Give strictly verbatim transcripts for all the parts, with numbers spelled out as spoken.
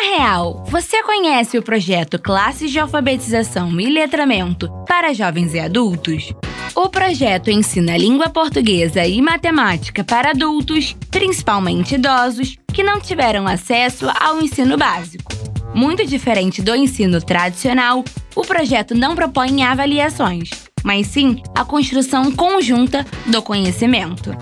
Real, você conhece o projeto Classes de Alfabetização e Letramento para Jovens e Adultos? O projeto ensina língua portuguesa e matemática para adultos, principalmente idosos, que não tiveram acesso ao ensino básico. Muito diferente do ensino tradicional, o projeto não propõe avaliações, mas sim a construção conjunta do conhecimento.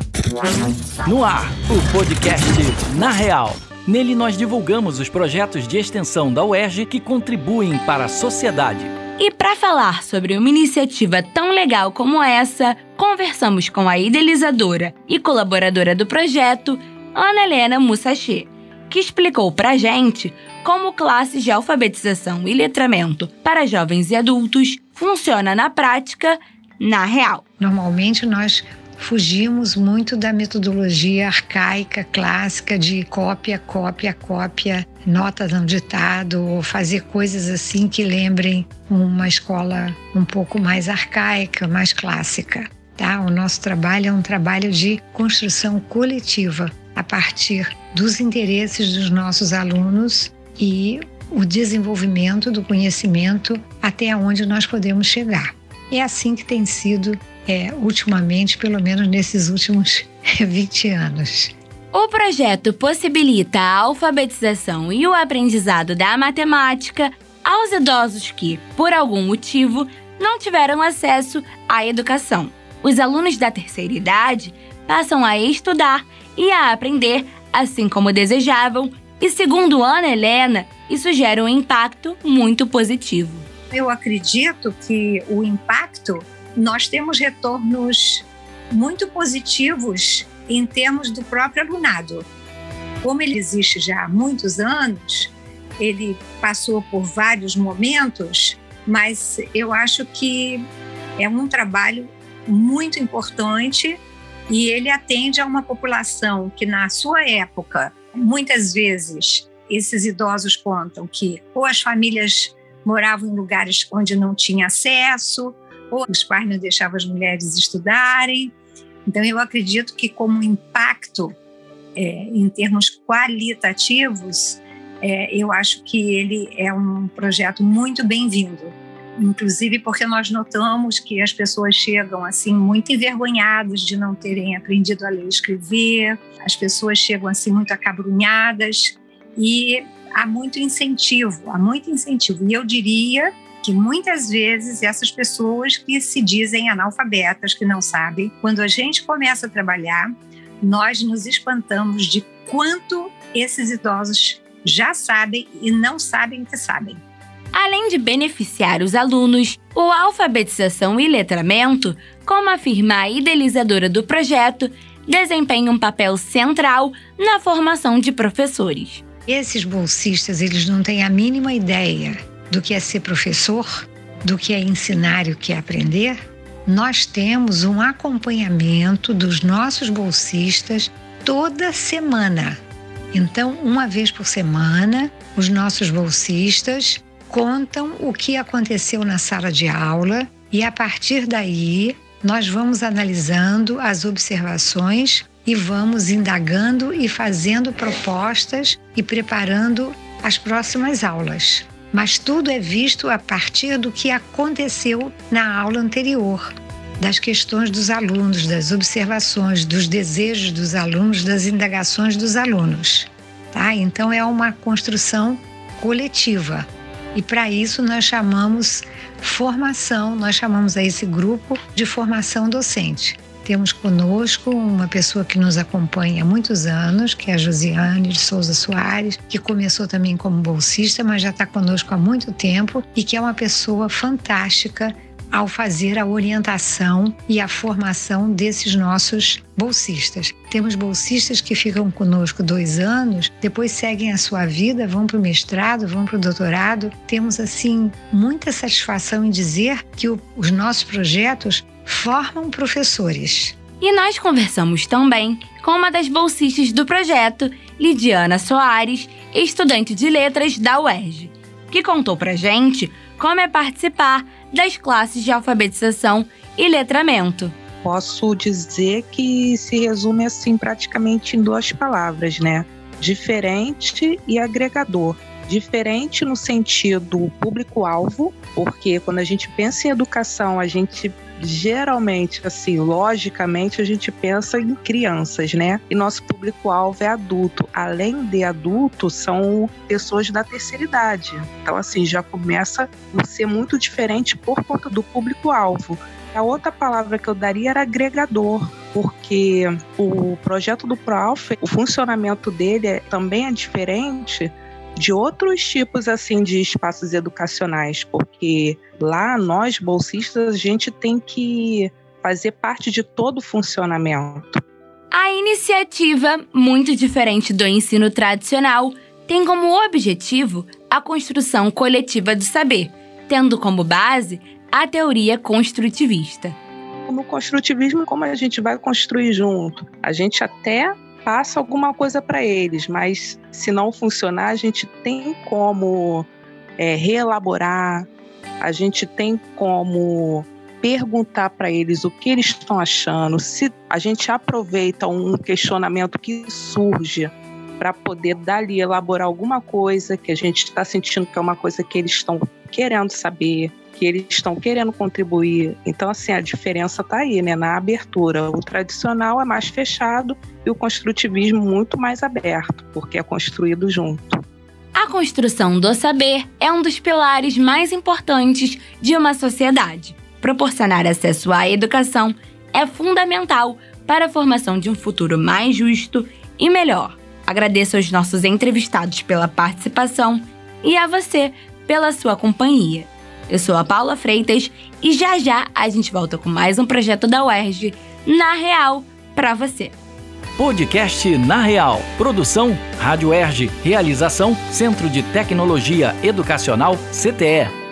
No ar, o podcast Na Real. Nele nós divulgamos os projetos de extensão da U E R J que contribuem para a sociedade. E para falar sobre uma iniciativa tão legal como essa, conversamos com a idealizadora e colaboradora do projeto, Ana Helena Musashi, que explicou pra gente como classes de alfabetização e letramento para jovens e adultos funciona na prática, na real. Normalmente nós fugimos muito da metodologia arcaica, clássica de cópia, cópia, cópia, nota no ditado, ou fazer coisas assim que lembrem uma escola um pouco mais arcaica, mais clássica. Tá? O nosso trabalho é um trabalho de construção coletiva, a partir dos interesses dos nossos alunos e o desenvolvimento do conhecimento até onde nós podemos chegar. É assim que tem sido É, ultimamente, pelo menos nesses últimos vinte anos. O projeto possibilita a alfabetização e o aprendizado da matemática aos idosos que, por algum motivo, não tiveram acesso à educação. Os alunos da terceira idade passam a estudar e a aprender assim como desejavam e, segundo Ana Helena, isso gera um impacto muito positivo. Eu acredito que o impacto nós temos retornos muito positivos em termos do próprio alunado. Como ele existe já há muitos anos, ele passou por vários momentos, mas eu acho que é um trabalho muito importante e ele atende a uma população que, na sua época, muitas vezes, esses idosos contam que ou as famílias moravam em lugares onde não tinha acesso, ou os pais não deixavam as mulheres estudarem. Então, eu acredito que como impacto, é, em termos qualitativos, é, eu acho que ele é um projeto muito bem-vindo. Inclusive porque nós notamos que as pessoas chegam assim muito envergonhadas de não terem aprendido a ler e escrever, as pessoas chegam assim muito acabrunhadas e há muito incentivo, há muito incentivo. E eu diria que muitas vezes essas pessoas que se dizem analfabetas, que não sabem, quando a gente começa a trabalhar, nós nos espantamos de quanto esses idosos já sabem e não sabem que sabem. Além de beneficiar os alunos, o Alfabetização e Letramento, como afirma a idealizadora do projeto, desempenha um papel central na formação de professores. Esses bolsistas, eles não têm a mínima ideia do que é ser professor, do que é ensinar e o que é aprender. Nós temos um acompanhamento dos nossos bolsistas toda semana. Então, uma vez por semana, os nossos bolsistas contam o que aconteceu na sala de aula e, a partir daí, nós vamos analisando as observações e vamos indagando e fazendo propostas e preparando as próximas aulas. Mas tudo é visto a partir do que aconteceu na aula anterior, das questões dos alunos, das observações, dos desejos dos alunos, das indagações dos alunos. Tá? Então é uma construção coletiva. E para isso nós chamamos formação, nós chamamos a esse grupo de formação docente. Temos conosco uma pessoa que nos acompanha há muitos anos, que é a Josiane de Souza Soares, que começou também como bolsista, mas já está conosco há muito tempo e que é uma pessoa fantástica ao fazer a orientação e a formação desses nossos bolsistas. Temos bolsistas que ficam conosco dois anos, depois seguem a sua vida, vão para o mestrado, vão para o doutorado. Temos, assim, muita satisfação em dizer que o, os nossos projetos formam professores. E nós conversamos também com uma das bolsistas do projeto, Lidiana Soares, estudante de letras da U E R J, que contou pra gente como é participar das classes de alfabetização e letramento. Posso dizer que se resume assim praticamente em duas palavras, né? Diferente e agregador. Diferente no sentido público-alvo, porque quando a gente pensa em educação, a gente geralmente, assim, logicamente, a gente pensa em crianças, né? E nosso público-alvo é adulto. Além de adulto, são pessoas da terceira idade. Então, assim, já começa a ser muito diferente por conta do público-alvo. A outra palavra que eu daria era agregador, porque o projeto do ProAlf, o funcionamento dele é, também é diferente de outros tipos assim de espaços educacionais, porque lá nós bolsistas a gente tem que fazer parte de todo o funcionamento. A iniciativa, muito diferente do ensino tradicional, tem como objetivo a construção coletiva do saber, tendo como base a teoria construtivista. No construtivismo, como a gente vai construir junto? A gente até passa alguma coisa para eles, mas se não funcionar, a gente tem como é, reelaborar, a gente tem como perguntar para eles o que eles estão achando, se a gente aproveita um questionamento que surge para poder dali elaborar alguma coisa que a gente está sentindo que é uma coisa que eles estão querendo saber, que eles estão querendo contribuir. Então, assim, a diferença está aí, né, na abertura. O tradicional é mais fechado e o construtivismo muito mais aberto, porque é construído junto. A construção do saber é um dos pilares mais importantes de uma sociedade. Proporcionar acesso à educação é fundamental para a formação de um futuro mais justo e melhor. Agradeço aos nossos entrevistados pela participação e a você pela sua companhia. Eu sou a Paula Freitas e já já a gente volta com mais um projeto da U E R J Na Real para você. Podcast Na Real. Produção Rádio U E R J. Realização Centro de Tecnologia Educacional C T E.